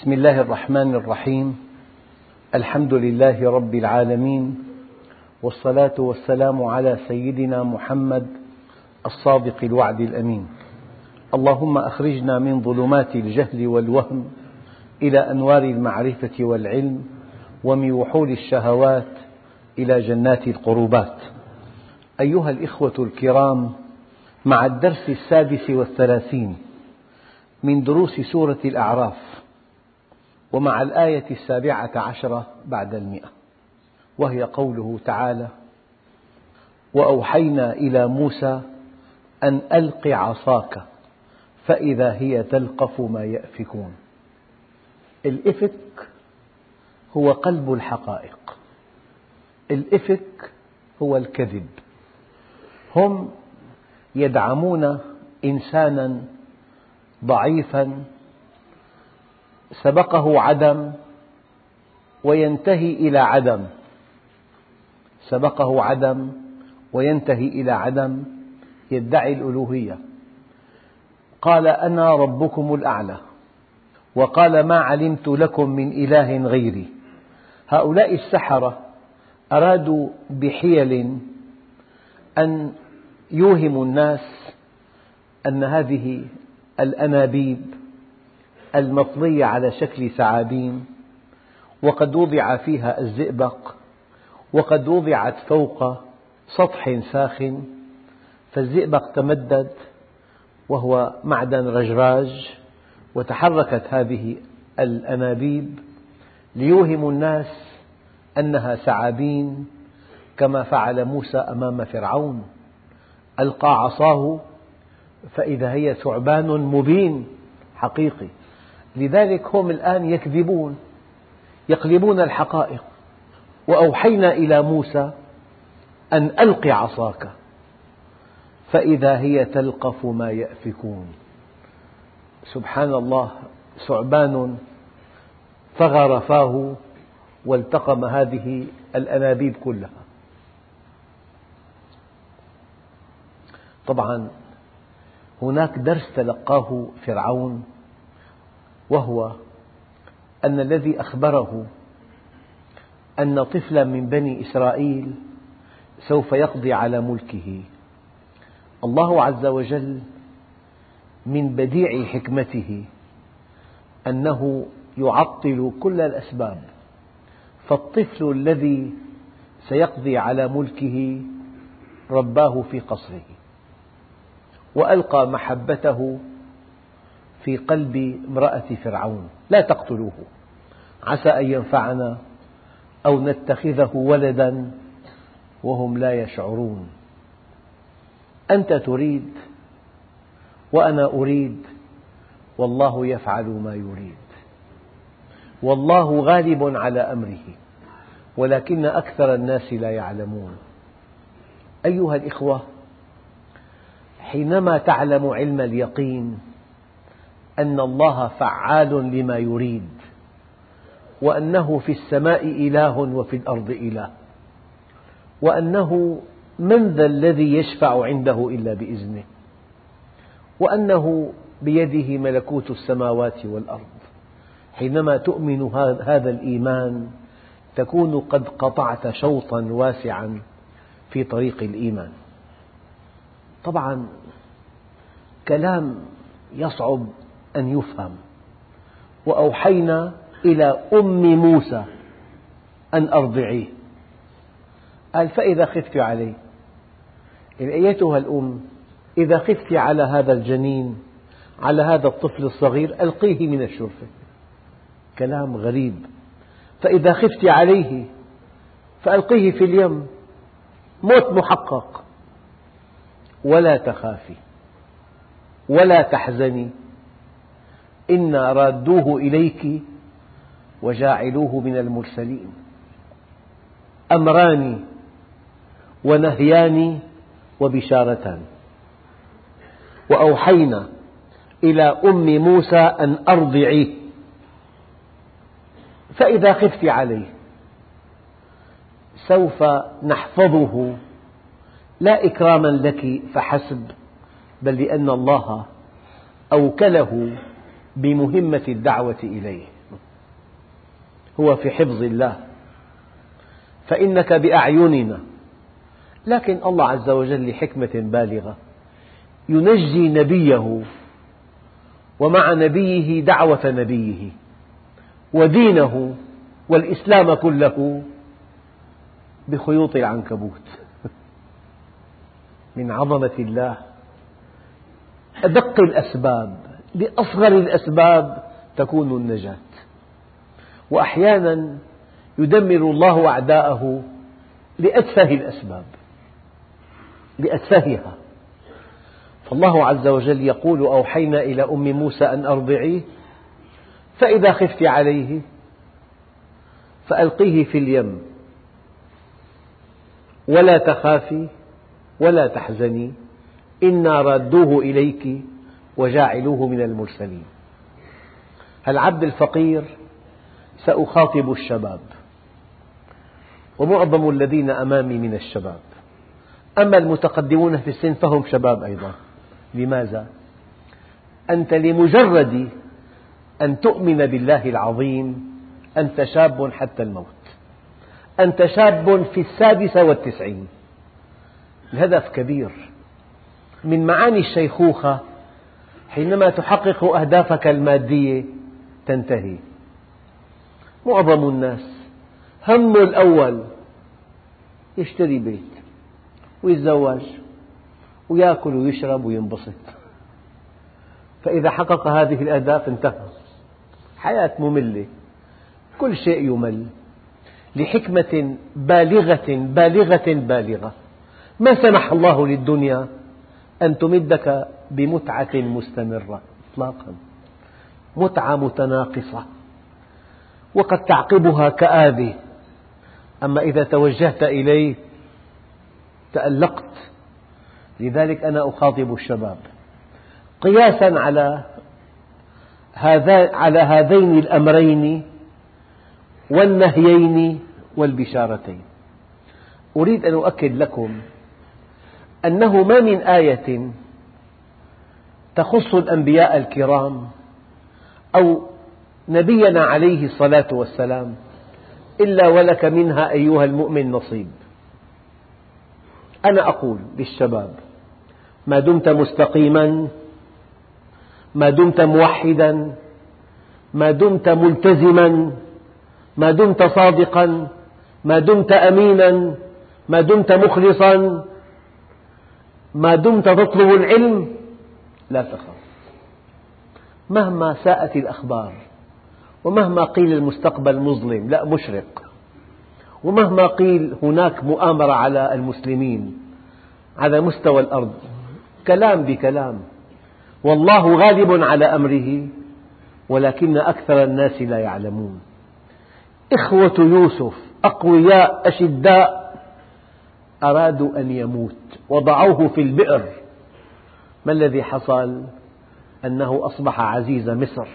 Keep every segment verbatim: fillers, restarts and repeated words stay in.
بسم الله الرحمن الرحيم. الحمد لله رب العالمين، والصلاة والسلام على سيدنا محمد الصادق الوعد الأمين. اللهم أخرجنا من ظلمات الجهل والوهم إلى أنوار المعرفة والعلم، ومن وحول الشهوات إلى جنات القربات. أيها الإخوة الكرام، مع الدرس السادس والثلاثين من دروس سورة الأعراف، ومع الآية السابعة عشرة بعد المئة، وهي قوله تعالى: وأوحينا إلى موسى أن ألق عصاك فإذا هي تلقف ما يأفكون. الإفك هو قلب الحقائق، الإفك هو الكذب. هم يدعمون إنسانا ضعيفا سبقه عدم وينتهي إلى عدم، سبقه عدم وينتهي إلى عدم، يدعي الألوهية. قال أنا ربكم الأعلى، وقال ما علمت لكم من إله غيري. هؤلاء السحرة أرادوا بحيل أن يوهموا الناس أن هذه الأنابيب المطلية على شكل ثعابين، وقد وضع فيها الزئبق، وقد وضعت فوق سطح ساخن، فالزئبق تمدد وهو معدن رجراج، وتحركت هذه الأنابيب ليوهموا الناس أنها ثعابين، كما فعل موسى أمام فرعون، ألقى عصاه فإذا هي ثعبان مبين حقيقي. لذلك هم الآن يكذبون، يقلبون الحقائق. وأوحينا إلى موسى أن ألق عصاك فإذا هي تلقف ما يأفكون. سبحان الله، ثعبان ثغر فاه والتقم هذه الأنابيب كلها. طبعا هناك درس تلقاه فرعون، وهو أن الذي أخبره أن طفلا من بني إسرائيل سوف يقضي على ملكه، الله عز وجل من بديع حكمته أنه يعطل كل الأسباب، فالطفل الذي سيقضي على ملكه رباه في قصره، وألقى محبته في قلب امرأة فرعون: لا تقتلوه عسى أن ينفعنا أو نتخذه ولدا وهم لا يشعرون. أنت تريد وأنا أريد، والله يفعل ما يريد، والله غالب على أمره ولكن أكثر الناس لا يعلمون. أيها الإخوة، حينما تعلم علم اليقين أن الله فعال لما يريد، وأنه في السماء إله وفي الأرض إله، وأنه من ذا الذي يشفع عنده إلا بإذنه، وأنه بيده ملكوت السماوات والأرض، حينما تؤمن هذا الإيمان تكون قد قطعت شوطا واسعا في طريق الإيمان. طبعا كلام يصعب أن يفهم. وأوحينا إلى أم موسى أن أرضعيه، قال فإذا خفت عليه، أيتها الأم إذا خفت على هذا الجنين، على هذا الطفل الصغير، ألقيه من الشرفة. كلام غريب. فإذا خفت عليه فألقيه في اليم، موت محقق. ولا تخافي ولا تحزني إنا رادوه إليك وجاعلوه من المرسلين. أمران ونهيان وبشارتان. وأوحينا إلى أم موسى أن أرضعيه فإذا خفت عليه. سوف نحفظه لا إكراما لك فحسب، بل لأن الله أوكله بمهمة الدعوة إليه. هو في حفظ الله، فإنك بأعيننا. لكن الله عز وجل لحكمة بالغة ينجي نبيه ومع نبيه دعوة نبيه ودينه والإسلام كله بخيوط العنكبوت. من عظمة الله أدق الأسباب بأصغر الأسباب تكون النجاة، وأحيانا يدمر الله أعداءه لأتفه الأسباب، لأتفهها. فالله عز وجل يقول: أوحينا إلى أم موسى أن أرضعيه فإذا خفت عليه فألقيه في اليم ولا تخافي ولا تحزني إنا رادوه إليك وجاعلوه من المرسلين. العبد الفقير سأخاطب الشباب، ومعظم الذين أمامي من الشباب، أما المتقدمون في السن فهم شباب أيضا. لماذا؟ أنت لمجرد أن تؤمن بالله العظيم أنت شاب حتى الموت، أنت شاب في السادسة والتسعين. الهدف كبير. من معاني الشيخوخة حينما تحقق أهدافك المادية تنتهي. معظم الناس همه الأول يشتري بيت ويتزوج ويأكل ويشرب وينبسط، فإذا حقق هذه الأهداف انتهى. حياة مملة، كل شيء يمل، لحكمة بالغة بالغة بالغة. ما سمح الله للدنيا أن تمدك بمتعة مستمرة إطلاقا، متعة متناقصة وقد تعقبها كآبة، أما إذا توجهت إليه تألقت. لذلك أنا أخاطب الشباب قياسا على على هذين الأمرين والنهيين والبشارتين. أريد أن أؤكد لكم أنه ما من آية تخص الأنبياء الكرام أو نبينا عليه الصلاة والسلام إلا ولك منها أيها المؤمن نصيب. أنا أقول للشباب: ما دمت مستقيما، ما دمت موحدا، ما دمت ملتزما، ما دمت صادقا، ما دمت أمينا، ما دمت مخلصا، ما دمت تطلب العلم، لا تخف. مهما ساءت الأخبار، ومهما قيل المستقبل مظلم لا مشرق، ومهما قيل هناك مؤامرة على المسلمين على مستوى الأرض، كلام بكلام، والله غالب على أمره ولكن أكثر الناس لا يعلمون. إخوة يوسف أقوياء أشداء أرادوا أن يموت وضعوه في البئر، ما الذي حصل؟ أنه أصبح عزيز مصر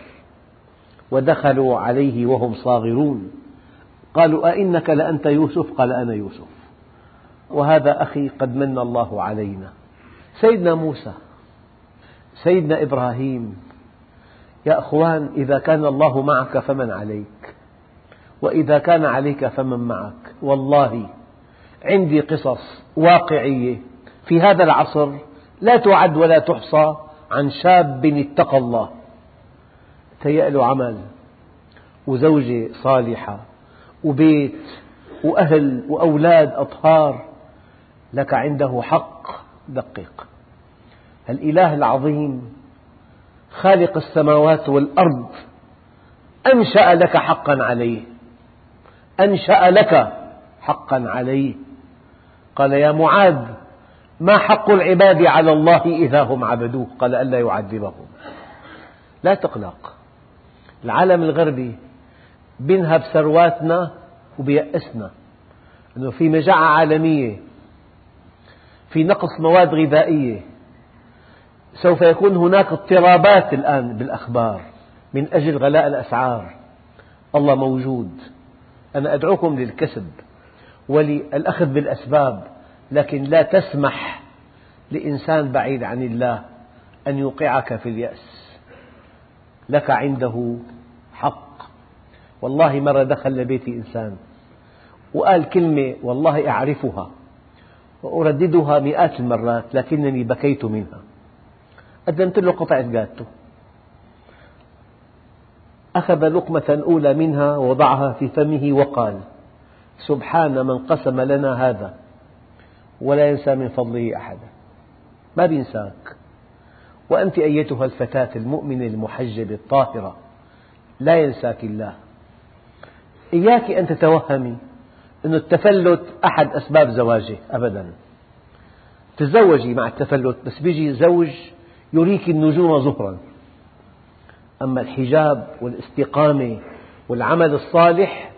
ودخلوا عليه وهم صاغرون، قالوا: أئنك لأنت يوسف؟ قال: أنا يوسف وهذا أخي قد من الله علينا. سيدنا موسى، سيدنا إبراهيم، يا أخوان، إذا كان الله معك فمن عليك، وإذا كان عليك فمن معك. والله عندي قصص واقعية في هذا العصر لا تعد ولا تحصى عن شاب اتقى الله، تهيأ له عمل وزوجة صالحة وبيت وأهل وأولاد أطهار، لك عنده حق. دقق، الإله العظيم خالق السماوات والأرض أنشأ لك حقا عليه، أنشأ لك حقا عليه. قال: يا معاذ، ما حق العباد على الله إذا هم عبدوه؟ قال: ألا يعذبهم. لا تقلق، العالم الغربي بينهب ثرواتنا وبيأسنا أنه في مجاعة عالمية، في نقص مواد غذائية، سوف يكون هناك اضطرابات الآن بالأخبار من أجل غلاء الأسعار. الله موجود. أنا أدعوكم للكسب وللأخذ بالأسباب، لكن لا تسمح لإنسان بعيد عن الله أن يوقعك في اليأس. لك عنده حق، والله مرة دخل لبيتي إنسان وقال كلمة والله أعرفها وأرددها مئات المرات لكنني بكيت منها. قدمت له قطعة جاتو، أخذ لقمة أولى منها ووضعها في فمه وقال: سبحان من قسم لنا هذا ولا ينسى من فضله أحدا. ما بينساك. وأنت أيتها الفتاة المؤمنة المحجبة الطاهرة لا ينساك الله. إياك أن تتوهمي أن التفلت أحد أسباب زواجه، أبدا. تزوجي مع التفلت، بس بيجي زوج يريك النجوم ظهرا. أما الحجاب والاستقامة والعمل الصالح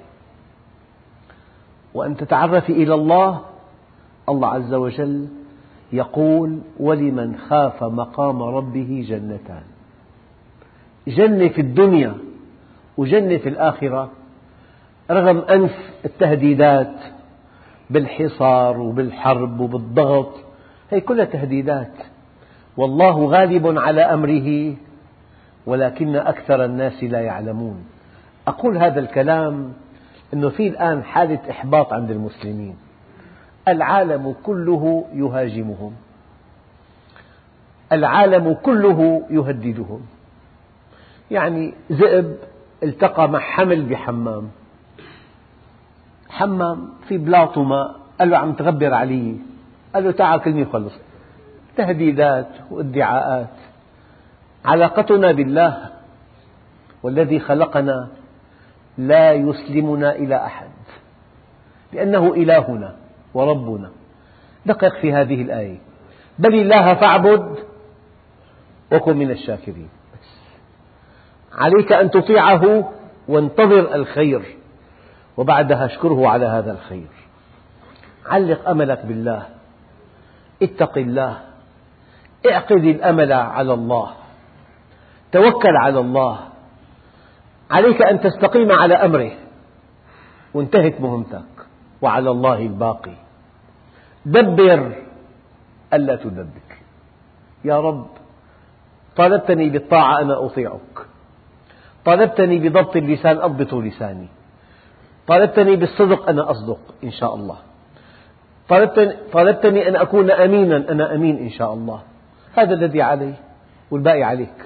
وأن تتعرفي إلى الله، الله عز وجل يقول: ولمن خاف مقام ربه جنتان. جنة في الدنيا وجنة في الآخرة، رغم أنف التهديدات بالحصار وبالحرب وبالضغط، هي كلها تهديدات، والله غالب على أمره ولكن أكثر الناس لا يعلمون. أقول هذا الكلام أنه في الآن حالة إحباط عند المسلمين، العالم كله يهاجمهم، العالم كله يهددهم. يعني ذئب التقى مع حمل بحمام، حمام في بلاط وماء، قال له: عم تغبر علي؟ قال له: تعال كلمة وخلص. تهديدات وادعاءات. علاقتنا بالله والذي خلقنا لا يسلمنا إلى أحد، لأنه إلهنا وربنا. دقق في هذه الآية: بل الله فاعبد وكن من الشاكرين. عليك أن تطيعه وانتظر الخير، وبعدها اشكره على هذا الخير. علق أملك بالله، اتق الله، اعقد الأمل على الله، توكل على الله. عليك أن تستقيم على أمره وانتهت مهمتك، وعلى الله الباقي. دبر ألا تدبر. يا رب، طالبتني بالطاعة أنا أطيعك، طالبتني بضبط اللسان أضبط لساني، طالبتني بالصدق أنا أصدق إن شاء الله، طالبتني, طالبتني أن أكون أمينا أنا أمين إن شاء الله. هذا الذي علي والباقي عليك.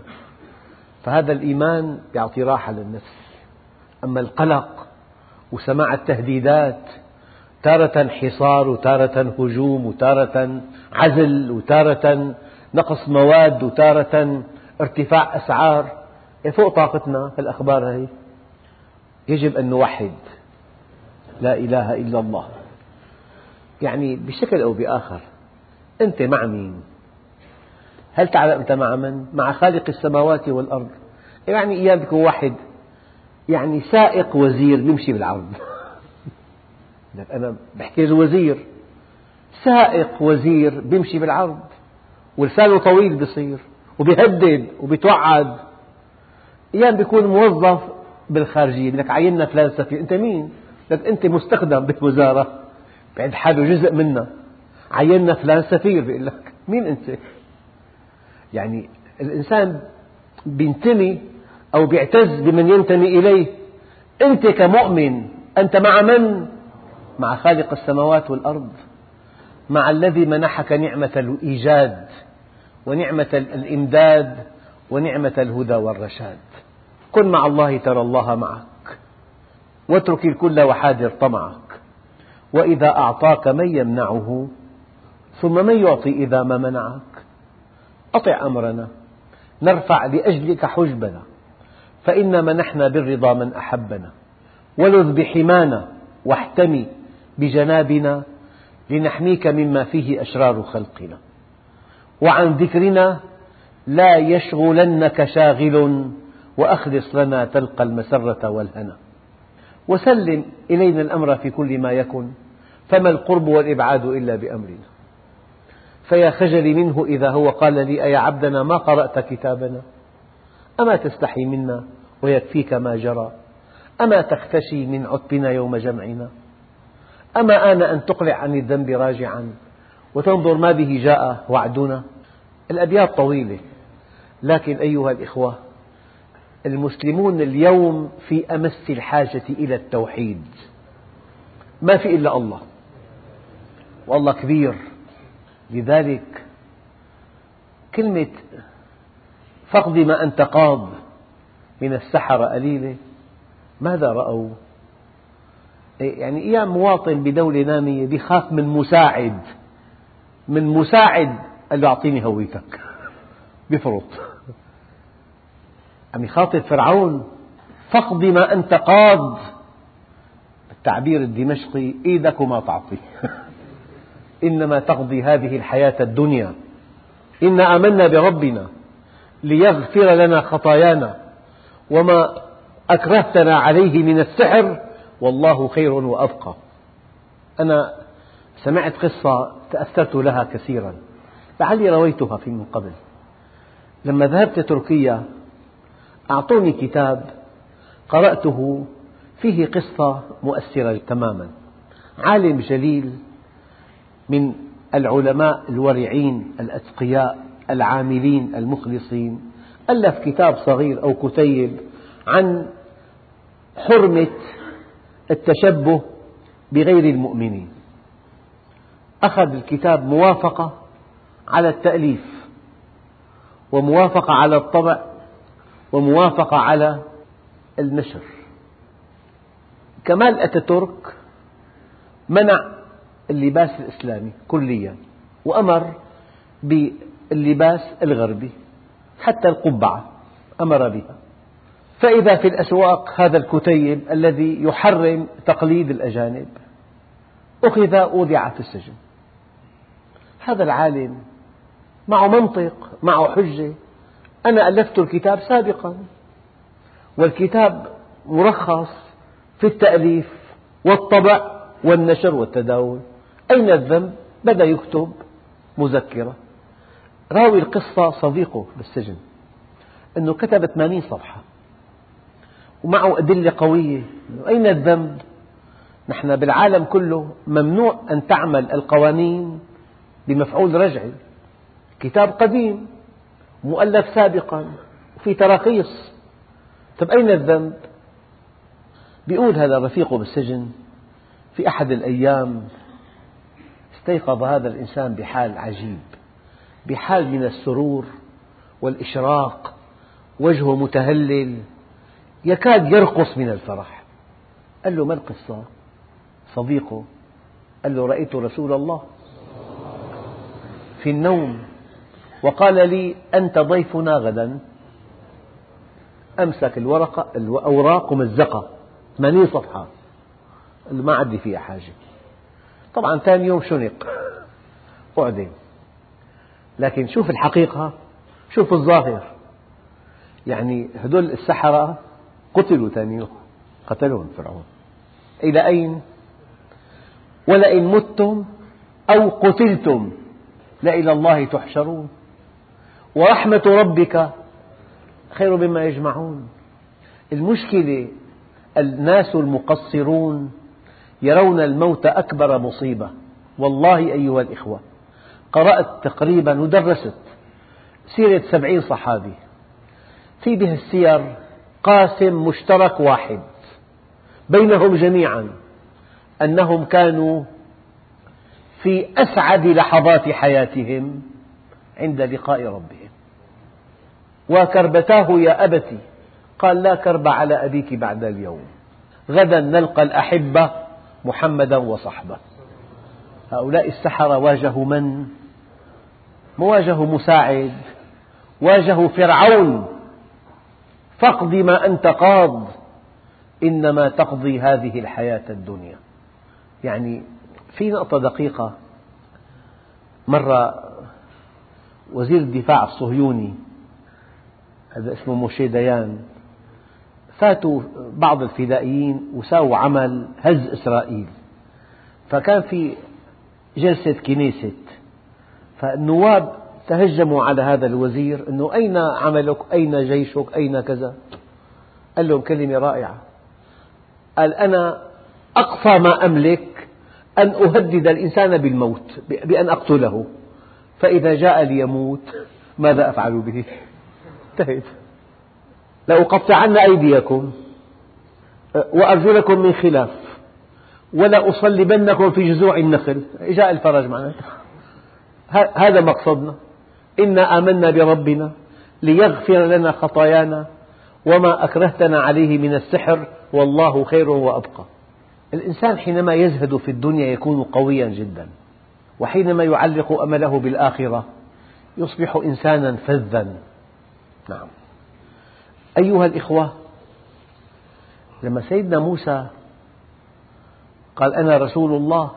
فهذا الإيمان يعطي راحة للنفس. أما القلق وسماع التهديدات، تارة حصار وتارة هجوم وتارة عزل وتارة نقص مواد وتارة ارتفاع أسعار، فوق طاقتنا الأخبار هذه. يجب أن نوحد لا إله إلا الله. يعني بشكل أو بآخر أنت مع مين؟ هل تعلم أنت مع من؟ مع خالق السماوات والأرض. يعني أيام بيكون واحد يعني سائق وزير بيمشي بالعرض. أنا بحكي الوزير سائق وزير بيمشي بالعرض ولسانه طويل بيصير وبيهدد وبيتوعد. أيام بيكون موظف بالخارجية، بدك عيننا فلان سفير. أنت مين؟ لك أنت مستخدم بالوزارة بعد حاله جزء منها. عيننا فلان سفير، بيقول لك مين أنت؟ يعني الإنسان بينتمي أو بيعتز بمن ينتمي إليه. أنت كمؤمن أنت مع من؟ مع خالق السماوات والأرض، مع الذي منحك نعمة الإيجاد ونعمة الإمداد ونعمة الهدى والرشاد. كن مع الله ترى الله معك، واترك الكل وحاذر طمعك. وإذا أعطاك من يمنعه ثم من يعطي إذا ما منعك. أطع أمرنا نرفع لأجلك حجبنا، فإن منحنا بالرضا من أحبنا. ولذ بحمانا واحتمي بجنابنا لنحميك مما فيه أشرار خلقنا. وعن ذكرنا لا يشغلنك شاغل، وأخلص لنا تلقى المسرة والهنا. وسلم إلينا الأمر في كل ما يكن، فما القرب والإبعاد إلا بأمرنا. فيا خجلي منه إذا هو قال لي: أيا عبدنا ما قرأت كتابنا؟ أما تستحي منا ويكفيك ما جرى؟ أما تختشي من عتبنا يوم جمعنا؟ أما آن أن تقلع عن الذنب راجعا وتنظر ما به جاء وعدنا. الأبيات طويلة، لكن أيها الإخوة المسلمون اليوم في أمس الحاجة إلى التوحيد، ما في إلا الله، والله كبير. لذلك كلمة فاقض ما أنت قاض من السحرة قليلة. ماذا رأوا؟ يعني أيام مواطن بدولة نامية بيخاف من مساعد، من مساعد قال له أعطيني هويتك بيفرط. عم يخاطب فرعون فاقض ما أنت قاض، التعبير الدمشقي إيدك وما تعطي إنما تقضي هذه الحياة الدنيا، إنا آمنا بربنا ليغفر لنا خطايانا وما أكرهتنا عليه من السحر والله خير وأبقى. أنا سمعت قصة تأثرت لها كثيرا، لعلي رويتها في من قبل. لما ذهبت تركيا أعطوني كتاب قرأته فيه قصة مؤثرة تماما. عالم جليل من العلماء الورعين الأتقياء العاملين المخلصين ألف كتاب صغير أو كتيب عن حرمة التشبه بغير المؤمنين. أخذ الكتاب موافقة على التأليف، وموافقة على الطبع، وموافقة على النشر. كمال أتاتورك منع اللباس الإسلامي كليا، وأمر باللباس الغربي، حتى القبعة أمر بها. فإذا في الأسواق هذا الكتيب الذي يحرم تقليد الأجانب أخذ وضع في السجن. هذا العالم معه منطق، معه حجة. أنا ألفت الكتاب سابقا، والكتاب مرخص في التأليف والطبع والنشر والتداول، أين الذنب؟ بدأ يكتب مذكرة. راوي القصة صديقه بالسجن أنه كتب ثمانين صفحة ومعه أدلة قوية. أين الذنب؟ نحن بالعالم كله ممنوع أن تعمل القوانين بمفعول رجعي. كتاب قديم مؤلف سابقا وفي تراخيص، طيب أين الذنب؟ بيقول هذا رفيقه بالسجن في أحد الأيام استيقظ هذا الإنسان بحال عجيب، بحال من السرور والإشراق، وجهه متهلل يكاد يرقص من الفرح. قال له ما القصة؟ صديقه قال له رأيت رسول الله في النوم وقال لي أنت ضيفنا غدا. أمسك الورقة الأوراق ومزقها ثمانين صفحة، قال له ما عندي فيها حاجة. طبعا ثاني يوم شنق أعدم. لكن شوف الحقيقة، شوف الظاهر. يعني هذول السحرة قتلوا ثاني يوم، قتلهم فرعون. إلى أين؟ ولئن متم أو قتلتم لإلى الله تحشرون ورحمة ربك خير مما يجمعون. المشكلة الناس المقصرون يرون الموت أكبر مصيبة. والله أيها الإخوة قرأت تقريبا ودرست سيرة سبعين صحابي، في به السير قاسم مشترك واحد بينهم جميعا، أنهم كانوا في أسعد لحظات حياتهم عند لقاء ربهم. وكربتاه يا أبتي، قال لا كرب على أبيك بعد اليوم، غدا نلقى الأحبة محمدا وصحبه. هؤلاء السحرة واجهوا من؟ واجهوا مساعد، واجهوا فرعون. فاقض ما أنت قاض إنما تقضي هذه الحياة الدنيا. يعني في نقطة دقيقة، مرة وزير الدفاع الصهيوني هذا اسمه موشي ديان، فاتوا بعض الفدائيين وساووا عمل هز إسرائيل، فكان في جلسة كنيست، فالنواب تهجموا على هذا الوزير أنه أين عملك، أين جيشك، أين كذا. قال لهم كلمة رائعة، قال أنا أقصى ما أملك أن أهدد الإنسان بالموت بأن أقتله، فإذا جاء ليموت ماذا أفعل به؟ انتهت. لأقطعن أيديكم وأرجلكم من خلاف ولأصلبنكم في جذوع النخل. جاء الفرج معنا. هذا مقصدنا. إنا آمنا بربنا ليغفر لنا خطايانا وما أكرهتنا عليه من السحر والله خير وأبقى. الإنسان حينما يزهد في الدنيا يكون قويا جدا، وحينما يعلق أمله بالآخرة يصبح إنسانا فذا. نعم أيها الإخوة، لما سيدنا موسى قال أنا رسول الله،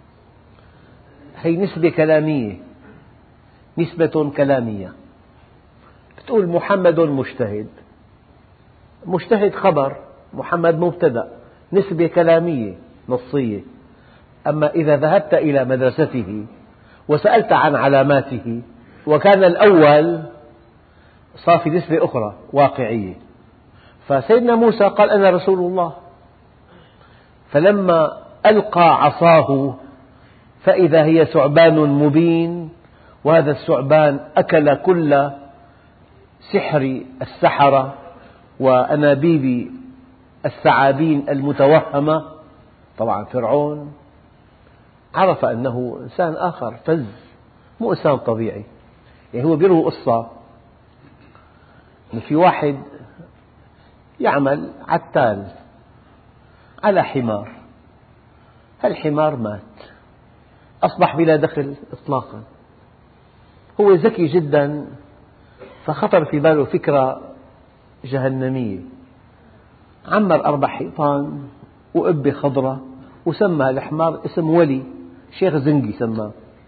هي نسبة كلامية، نسبة كلامية. تقول محمد مجتهد، مجتهد خبر، محمد مبتدأ، نسبة كلامية نصية. أما إذا ذهبت إلى مدرسته وسألت عن علاماته وكان الأول، صار في نسبة أخرى واقعية. فسيدنا موسى قال أنا رسول الله، فلما ألقى عصاه فإذا هي ثعبان مبين، وهذا الثعبان أكل كل سحر السحرة وأنابيب الثعابين المتوهمة. طبعا فرعون عرف أنه إنسان آخر فز، مو إنسان طبيعي. يعني هو بيروي قصة إن في واحد يعمل عتال على حمار، هالحمار مات، أصبح بلا دخل إطلاقا. هو ذكي جدا، فخطر في باله فكرة جهنمية، عمر أربع حيطان وقبة خضراء وسمى الحمار اسم ولي، شيخ زنقي سماه.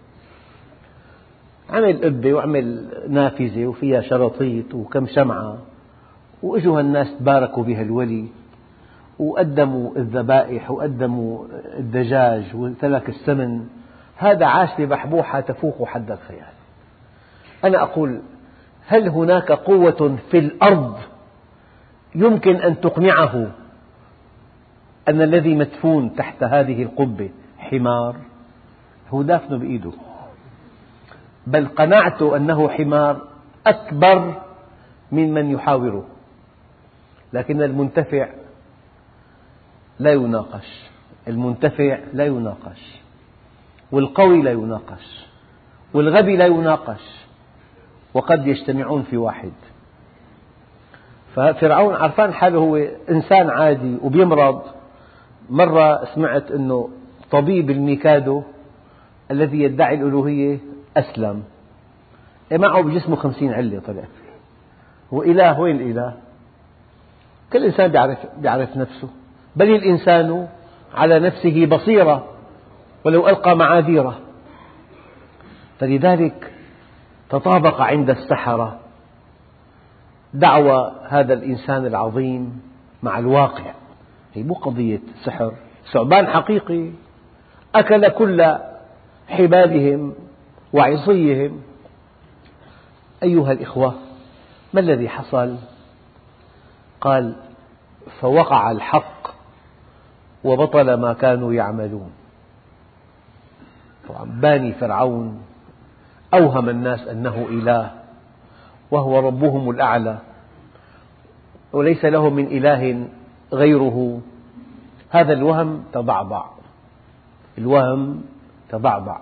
عمل قبة وعمل نافذة وفيها شراطيط وكم شمعة، وإجوا الناس تباركوا بها الولي وقدموا الذبائح وقدموا الدجاج وترك السمن. هذا عاش ببحبوحة تفوق حد الخيال. أنا أقول هل هناك قوة في الأرض يمكن أن تقنعه أن الذي مدفون تحت هذه القبة حمار؟ هو دافنه بإيده، بل قناعته أنه حمار أكبر من من يحاوره. لكن المنتفع لا يناقش، المنتفع لا يناقش، والقوي لا يناقش، والغبي لا يناقش، وقد يجتمعون في واحد. ففرعون عرفان حاله هو إنسان عادي وبيمرض. مرة سمعت أنه طبيب الميكادو الذي يدعي الألوهية أسلم، معه بجسمه خمسين علة طلع فيه. هو إله، وين الإله؟ كل إنسان بيعرف, بيعرف نفسه، بل الإنسان على نفسه بصيرة ولو ألقى معاذيره. فلذلك تطابق عند السحرة دعوى هذا الإنسان العظيم مع الواقع. هي مو قضية سحر، ثعبان حقيقي أكل كل حبالهم وعصيهم. أيها الإخوة، ما الذي حصل؟ قال فوقع الحق وبطل ما كانوا يعملون. طبعا باني فرعون أوهم الناس أنه إله وهو ربهم الأعلى وليس له من إله غيره. هذا الوهم تضعضع، الوهم تضعضع.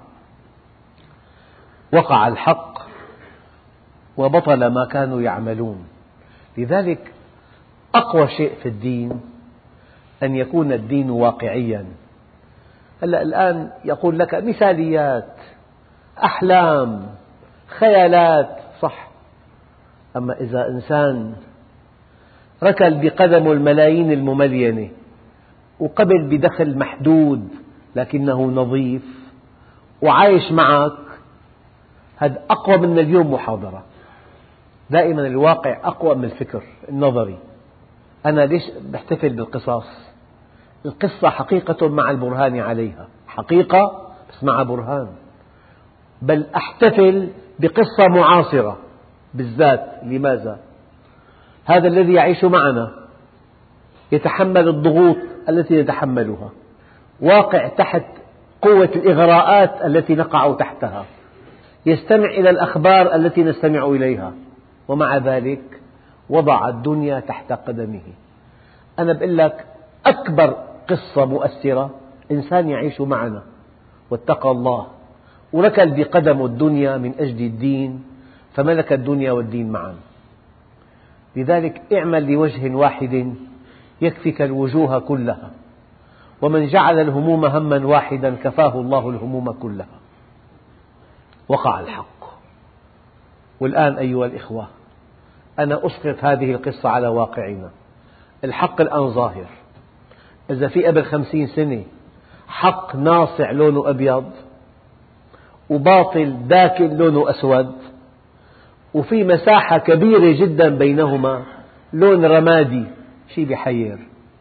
وقع الحق وبطل ما كانوا يعملون. لذلك أقوى شيء في الدين أن يكون الدين واقعيا. هلأ الآن يقول لك مثاليات، أحلام، خيالات، صح. أما إذا إنسان ركل بقدمه الملايين المملينة وقبل بدخل محدود لكنه نظيف وعايش معك، هذا أقوى من مليون محاضرة. دائما الواقع أقوى من الفكر النظري. أنا ليش بحتفل بالقصص؟ القصة حقيقة مع البرهان عليها، حقيقة بس مع برهان. بل أحتفل بقصة معاصرة بالذات. لماذا؟ هذا الذي يعيش معنا يتحمل الضغوط التي نتحملها، واقع تحت قوة الإغراءات التي نقع تحتها، يستمع إلى الأخبار التي نستمع إليها، ومع ذلك وضع الدنيا تحت قدمه. أنا بقول لك أكبر قصة مؤثرة إنسان يعيش معنا واتقى الله وركل بقدمه الدنيا من أجل الدين فملك الدنيا والدين معا. لذلك اعمل لوجه واحد يكفك الوجوه كلها، ومن جعل الهموم هما واحدا كفاه الله الهموم كلها. وقع الحق. والآن أيها الإخوة، أنا أسقط هذه القصة على واقعنا. الحق الآن ظاهر. إذا في قبل خمسين سنة حق ناصع لونه أبيض وباطل داكن لونه أسود، وفي مساحة كبيرة جدا بينهما لون رمادي، شيء بيحير.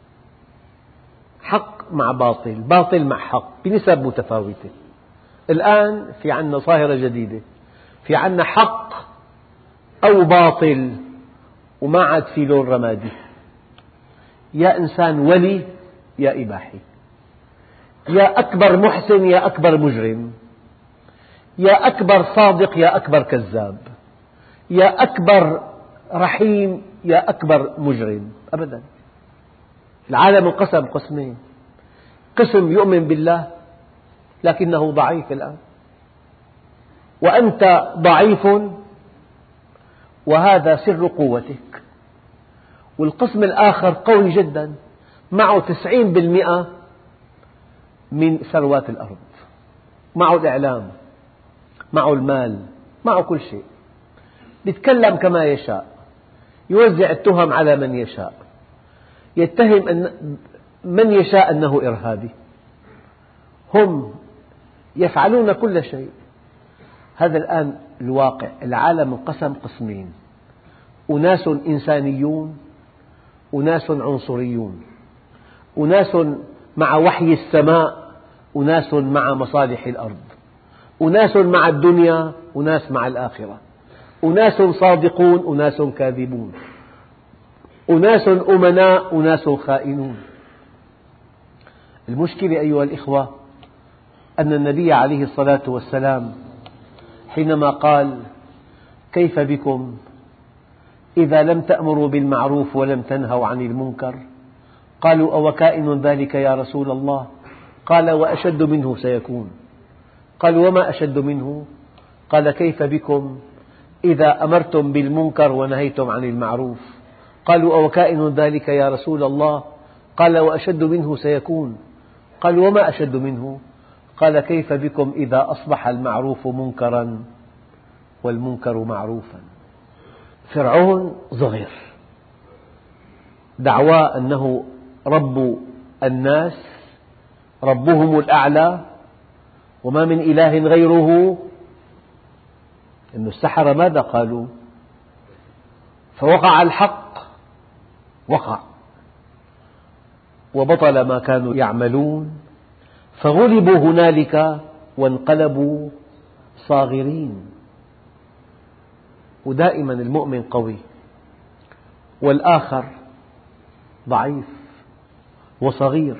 حق مع باطل، باطل مع حق بنسب متفاوتة. الآن في عندنا ظاهرة جديدة، في عندنا حق أو باطل وما عاد في لون رمادي. يا إنسان ولي يا إباحي، يا أكبر محسن يا أكبر مجرم، يا أكبر صادق يا أكبر كذاب، يا أكبر رحيم يا أكبر مجرم. أبدا، العالم انقسم قسمين: قسم يؤمن بالله لكنه ضعيف الآن، وأنت ضعيف وهذا سر قوتك، والقسم الآخر قوي جدا معه تسعين بالمئة من ثروات الأرض، معه الإعلام، معه المال، معه كل شيء، يتكلم كما يشاء، يوزع التهم على من يشاء، يتهم أن من يشاء أنه إرهابي. هم يفعلون كل شيء. هذا الآن الواقع. العالم انقسم قسمين: أناس إنسانيون، أناس عنصريون، أناس مع وحي السماء، أناس مع مصالح الأرض، أناس مع الدنيا، أناس مع الآخرة، أناس صادقون، أناس كاذبون، أناس أمناء، أناس خائنون. المشكلة أيها الإخوة أن النبي عليه الصلاة والسلام حينما قال: كيف بكم إذا لم تأمروا بالمعروف ولم تنهوا عن المنكر؟ قالوا: أوكائن ذلك يا رسول الله؟ قال: وأشد منه سيكون. قالوا: وما أشد منه؟ قال: كيف بكم إذا أمرتم بالمنكر ونهيتم عن المعروف؟ قالوا: أوكائن ذلك يا رسول الله؟ قال: وأشد منه سيكون. قالوا: وما أشد منه؟ قال: كيف بكم إذا أصبح المعروف منكرا والمنكر معروفا؟ فرعون ظهر، دعواه أنه رب الناس، ربهم الأعلى، وما من إله غيره. إن السحرة ماذا قالوا؟ فوقع الحق، وقع وبطل ما كانوا يعملون، فغلبوا هنالك وانقلبوا صاغرين. ودائما المؤمن قوي والآخر ضعيف وصغير.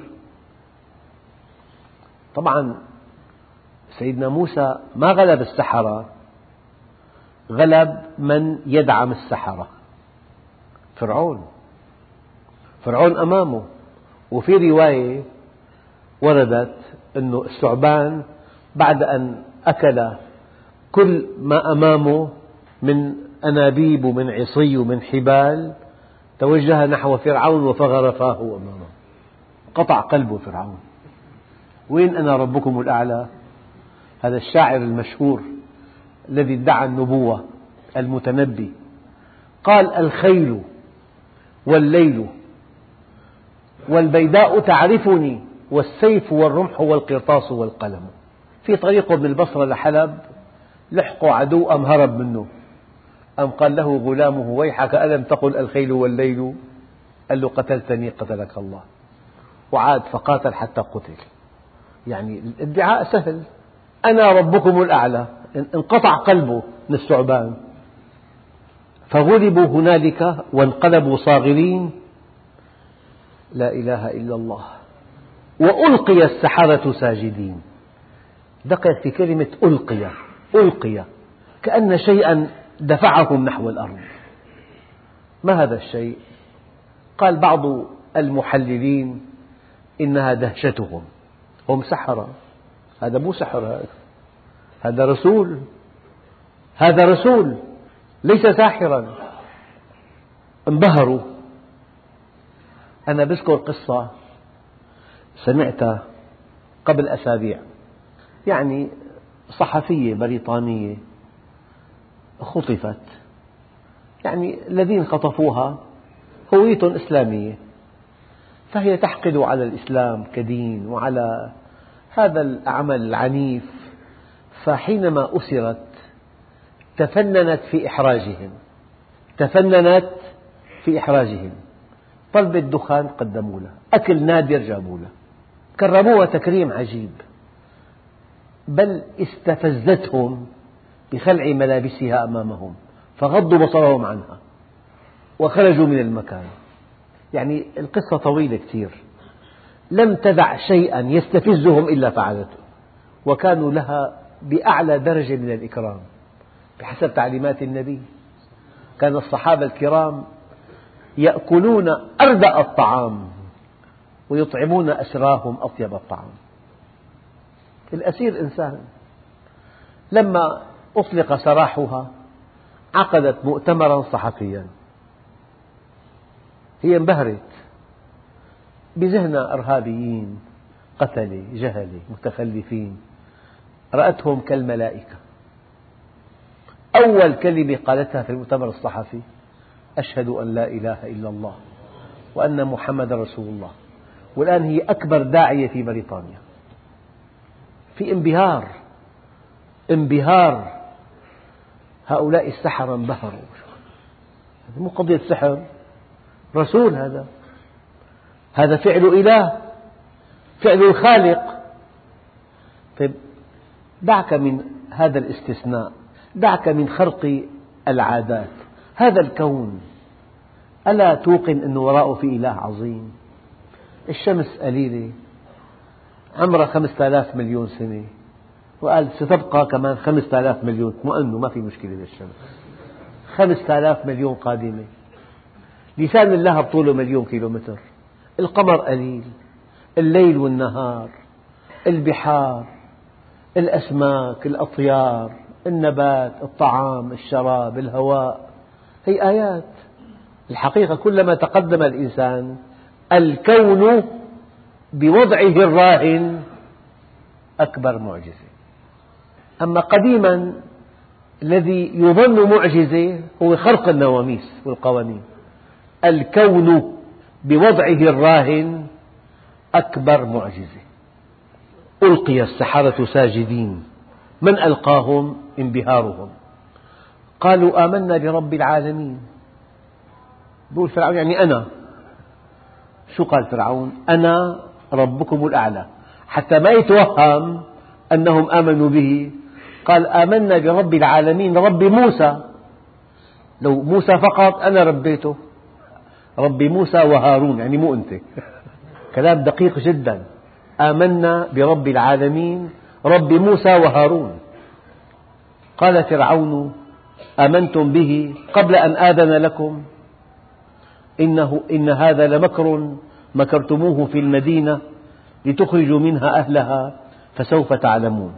طبعا سيدنا موسى ما غلب السحرة، غلب من يدعم السحرة، فرعون. فرعون أمامه. وفي رواية وردت أن الثعبان بعد أن أكل كل ما أمامه من أنابيب ومن عصي ومن حبال توجه نحو فرعون وفغر فاه أمامه، قطع قلبه فرعون. وين أنا ربكم الأعلى؟ هذا الشاعر المشهور الذي ادعى النبوة، المتنبي، قال: الخيل والليل والبيداء تعرفني، والسيف والرمح والقرطاس والقلم. في طريقه من البصرة لحلب لحقوا عدو أم هرب منه، أم قال له غلامه: ويحك ألم تقل الخيل والليل؟ قال له: قتلتني قتلك الله. وعاد فقاتل حتى قتل. يعني الادعاء سهل، أنا ربكم الأعلى، انقطع قلبه من الثعبان. فغلبوا هنالك وانقلبوا صاغرين. لا إله إلا الله. وألقي السحرة ساجدين. دقق في كلمة ألقي، ألقي كأن شيئا دفعهم نحو الأرض. ما هذا الشيء؟ قال بعض المحللين إنها دهشتهم، هم سحرة. هذا مو سحر، هذا هذا رسول، هذا رسول ليس ساحرا. انبهروا. أنا بذكر قصة سمعتها قبل أسابيع، يعني صحفية بريطانية خطفت، يعني الذين خطفوها هوية إسلامية، فهي تحقد على الإسلام كدين وعلى هذا العمل العنيف، فحينما أسرت تفننت في إحراجهم، تفننت في إحراجهم، طلبت دخان قدموا لها، أكل نادر جابوا لها، كرموها تكريم عجيب، بل استفزتهم بخلع ملابسها أمامهم فغضوا بصرهم عنها وخرجوا من المكان. يعني القصة طويلة كثير، لم تدع شيئا يستفزهم إلا فعلته، وكانوا لها بأعلى درجة من الإكرام بحسب تعليمات النبي. كان الصحابة الكرام يأكلون أردأ الطعام ويطعمون أسراهم أطيب الطعام. الأسير إنسان. لما أطلق سراحها عقدت مؤتمرا صحفيا، هي انبهرت، بذهنها إرهابيين قتلة جهلة متخلفين، رأتهم كالملائكة. أول كلمة قالتها في المؤتمر الصحفي: أشهد أن لا إله إلا الله وأن محمد رسول الله. والآن هي أكبر داعية في بريطانيا. في انبهار، انبهار. هؤلاء السحرة انبهروا. مو قضية سحر، رسول، هذا هذا فعل إله، فعل الخالق. طيب دعك من هذا الاستثناء، دعك من خرق العادات. هذا الكون ألا توقن أن وراءه في إله عظيم؟ الشمس قليلة عمرها خمسة آلاف مليون سنة، وقال ستبقى كمان خمسة آلاف مليون، مؤنه ما في مشكلة للشمس، خمسة آلاف مليون قادمة. لسان الله بطوله مليون كيلومتر. القمر قليل، الليل والنهار، البحار، الأسماك، الأطيار، النبات، الطعام، الشراب، الهواء، هي آيات. الحقيقة كلما تقدم الإنسان الكون بوضعه الراهن أكبر معجزة. أما قديما الذي يظن معجزة هو خرق النواميس والقوانين. الكون بوضعه الراهن أكبر معجزة. ألقي السحرة ساجدين، من ألقاهم؟ انبهارهم. قالوا آمنا برب العالمين. يقول فرعون يعني أنا. شو قال فرعون؟ أنا ربكم الأعلى، حتى ما يتوهم أنهم آمنوا به. قال آمنا برب العالمين، رب موسى. لو موسى فقط أنا ربيته، رب موسى وهارون، يعني مو أنت. كلام دقيق جدا. آمنا برب العالمين رب موسى وهارون. قال فرعون آمنتم به قبل أن آذن لكم إنه إن هذا لمكر مكرتموه في المدينة لتخرجوا منها أهلها فسوف تعلمون.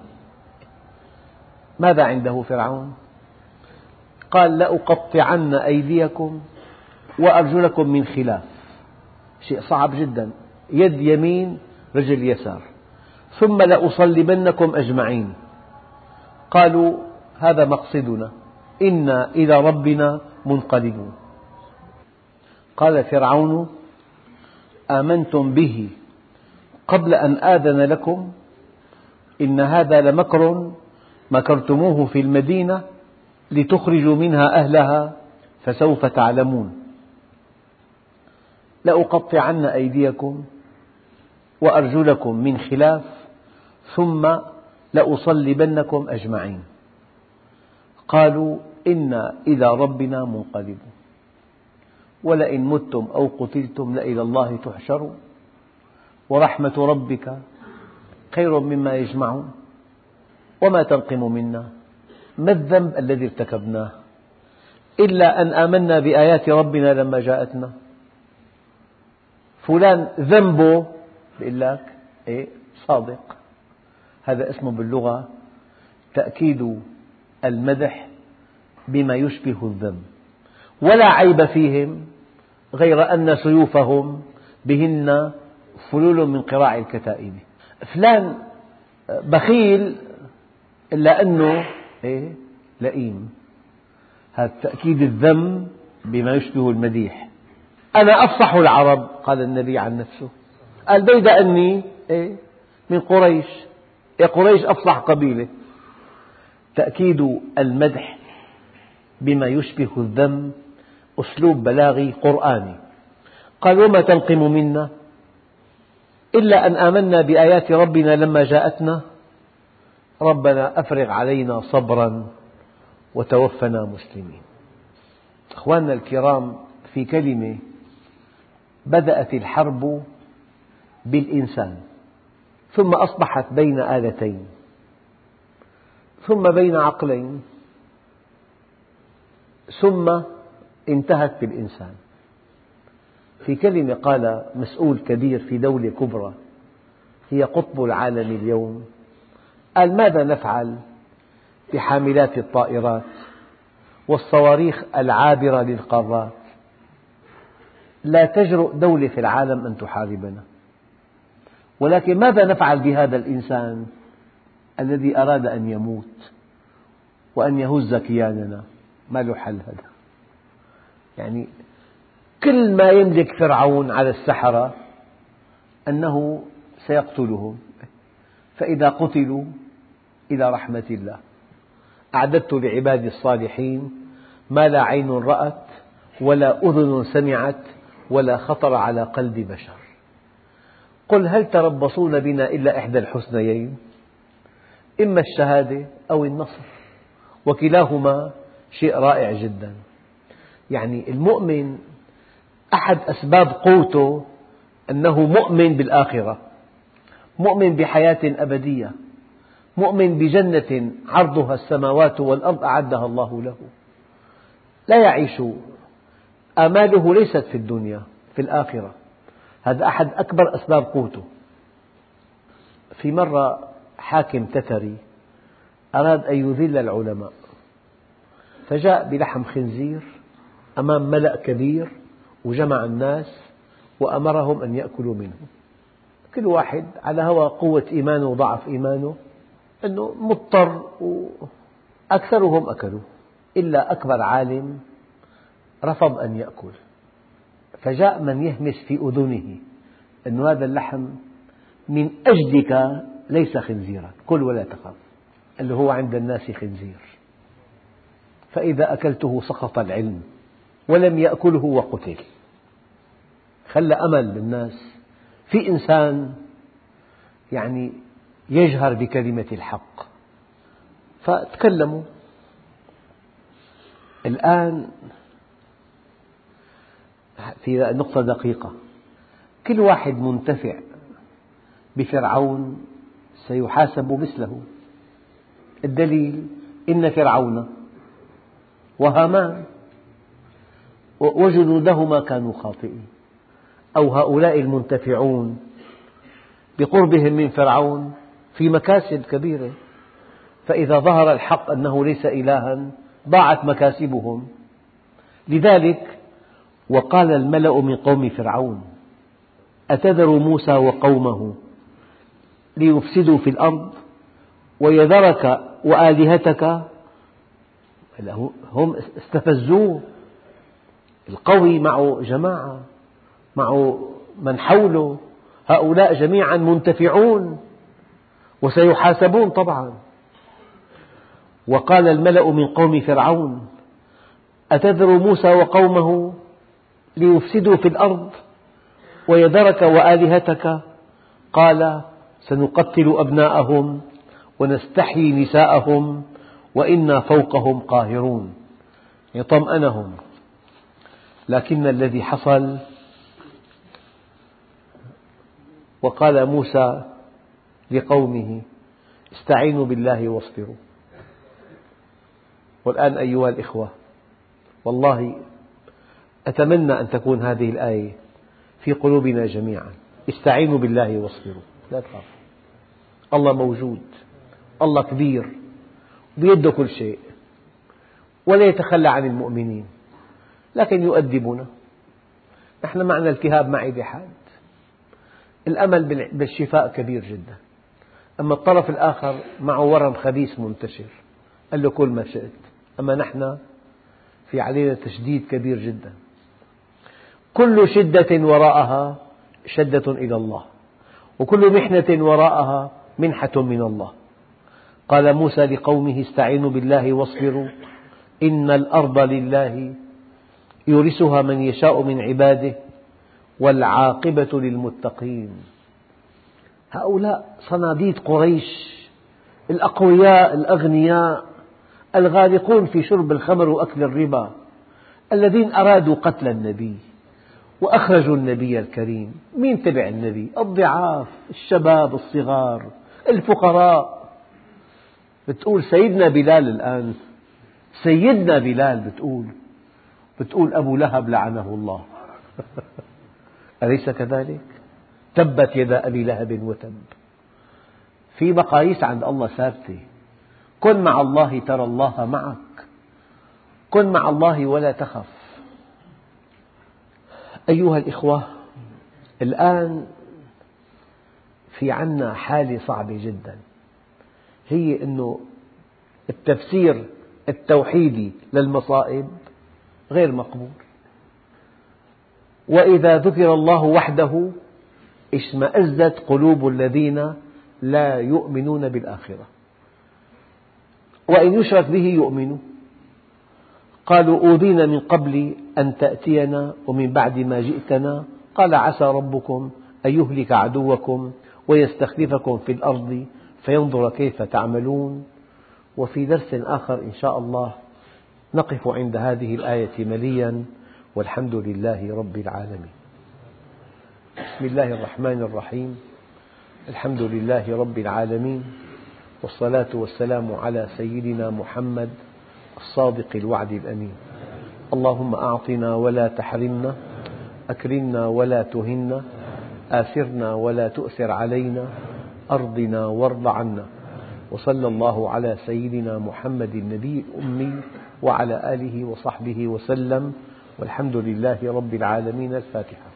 ماذا عنده فرعون؟ قال لأقطعن أيديكم وأرجلكم من خلاف. شيء صعب جدا، يد يمين رجل يسار، ثم لأصلبنكم أجمعين. قالوا هذا مقصدنا، إنا إلى ربنا منقلبون. قال فرعون آمنتم به قبل أن آذن لكم إن هذا لمكر مكرتموه في المدينة لتخرجوا منها أهلها فسوف تعلمون. لأقطعن أيديكم وأرجلكم من خلاف ثم لأصلبنكم أجمعين. قالوا إنا إلى ربنا منقلبون ولئن متم أو قتلتم لإلى الله تحشرون ورحمة ربك خير مما يجمعون وما تنقم منا ما الذنب الذي ارتكبناه إلا أن آمنا بآيات ربنا لما جاءتنا. فلان ذنبه بيقول لك إيه صادق، هذا اسمه باللغة تأكيد المدح بما يشبه الذم. ولا عيب فيهم غير أن سيوفهم بهن فلول من قراع الكتائب. فلان بخيل إلا أنه إيه لئيم، هذا تأكيد الذم بما يشبه المديح. أنا أفصح العرب، قال النبي عن نفسه، قال بيد أني إيه من قريش، يا قريش أفصح قبيلة. تأكيد المدح بما يشبه الذم أسلوب بلاغي قرآني. قال وما تنقم منا إلا أن آمنا بآيات ربنا لما جاءتنا ربنا أفرغ علينا صبرا وتوفنا مسلمين. أخواننا الكرام، في كلمة بدأت الحرب بالإنسان ثم أصبحت بين آلتين ثم بين عقلين ثم انتهت بالإنسان. في كلمة قال مسؤول كبير في دولة كبرى هي قطب العالم اليوم، قال ماذا نفعل بحاملات الطائرات والصواريخ العابرة للقارات؟ لا تجرؤ دولة في العالم أن تحاربنا، ولكن ماذا نفعل بهذا الإنسان الذي أراد أن يموت وأن يهز كياننا؟ ما له حل هذا. يعني كل ما يملك فرعون على السحرة أنه سيقتلهم، فإذا قتلوا إلى رحمة الله. أعددت لعبادي الصالحين ما لا عين رأت ولا أذن سمعت ولا خطر على قلب بشر. قل هل تربصون بنا إلا إحدى الحسنيين، إما الشهادة أو النصر، وكلاهما شيء رائع جدا. يعني المؤمن أحد أسباب قوته أنه مؤمن بالآخرة، مؤمن بحياة أبدية، مؤمن بجنة عرضها السماوات والأرض أعدها الله له. لا يعيش، آماله ليست في الدنيا، في الآخرة. هذا أحد أكبر أسباب قوته. في مرة حاكم تتري أراد أن يذل العلماء، فجاء بلحم خنزير أمام ملأ كبير وجمع الناس وأمرهم أن يأكلوا منه. كل واحد على هوى قوة إيمانه وضعف إيمانه أنه مضطر، وأكثرهم أكلوا إلا أكبر عالم رفض أن يأكل. فجاء من يهمس في أذنه أن هذا اللحم من أجلك ليس خنزيرا، كل ولا تخف، اللي هو عند الناس خنزير. فإذا أكلته سقط العلم ولم يأكله وقتل. خلى أمل بالناس في إنسان يعني يجهر بكلمة الحق، فتكلموا. الآن في نقطة دقيقة، كل واحد منتفع بفرعون سيحاسب مثله. الدليل إن فرعون وهامان وجنودهما كانوا خاطئين، أو هؤلاء المنتفعون بقربهم من فرعون في مكاسب كبيرة، فإذا ظهر الحق أنه ليس إلها ضاعت مكاسبهم. لذلك وقال الملأ من قوم فرعون أتذر موسى وقومه ليفسدوا في الأرض ويذرك وآلهتك. هم استفزوه، القوي معه جماعة، معه من حوله، هؤلاء جميعا منتفعون وسيحاسبون طبعا. وقال الملأ من قوم فرعون أتذر موسى وقومه ليفسدوا في الأرض ويذرك وآلهتك قال سنقتل أبناءهم ونستحيي نساءهم وإنا فوقهم قاهرون. يطمئنهم. لكن الذي حصل وقال موسى لقومه استعينوا بالله واصبروا. والآن أيها الإخوة، والله أتمنى أن تكون هذه الآية في قلوبنا جميعا. استعينوا بالله واصبروا، لا تخافوا، الله موجود، الله كبير بيده كل شيء، ولا يتخلى عن المؤمنين، لكن يؤدبنا. نحن معنا التهاب معدة حاد، الأمل بالشفاء كبير جدا، أما الطرف الآخر معه ورم خبيث منتشر، قال له كل ما شئت، أما نحن في علينا تشديد كبير جدا. كل شدة وراءها شدة إلى الله، وكل محنة وراءها منحة من الله. قال موسى لقومه استعينوا بالله واصبروا إن الأرض لله يورثها من يشاء من عباده والعاقبة للمتقين. هؤلاء صناديد قريش، الأقوياء الأغنياء الغارقون في شرب الخمر وأكل الربا، الذين أرادوا قتل النبي وأخرجوا النبي الكريم. مين تبع النبي؟ الضعاف، الشباب الصغار، الفقراء. بتقول سيدنا بلال الآن، سيدنا بلال بتقول بتقول أبو لهب لعنه الله أليس كذلك؟ تبت يدا أبي لهب وتب. في مقاييس عند الله ثابتة، كن مع الله ترى الله معك، كن مع الله ولا تخف. أيها الإخوة، الآن في عنا حالة صعبة جدا، هي أنه التفسير التوحيدي للمصائب غير مقبول، وإذا ذكر الله وحده اشمأزت قلوب الذين لا يؤمنون بالآخرة، وإن يشرك به يؤمنوا. قالوا أوذينا من قبل أن تأتينا ومن بعد ما جئتنا، قال عسى ربكم أن يهلك عدوكم ويستخلفكم في الأرض فينظر كيف تعملون. وفي درس آخر إن شاء الله نقف عند هذه الآية مليا، والحمد لله رب العالمين. بسم الله الرحمن الرحيم، الحمد لله رب العالمين، والصلاة والسلام على سيدنا محمد الصادق الوعد الأمين. اللهم أعطنا ولا تحرمنا، أكرمنا ولا تهنا، آثرنا ولا تؤثر علينا، أرضنا وارض عنا. وصلى الله على سيدنا محمد النبي الأمي وعلى آله وصحبه وسلم، والحمد لله رب العالمين. الفاتحة.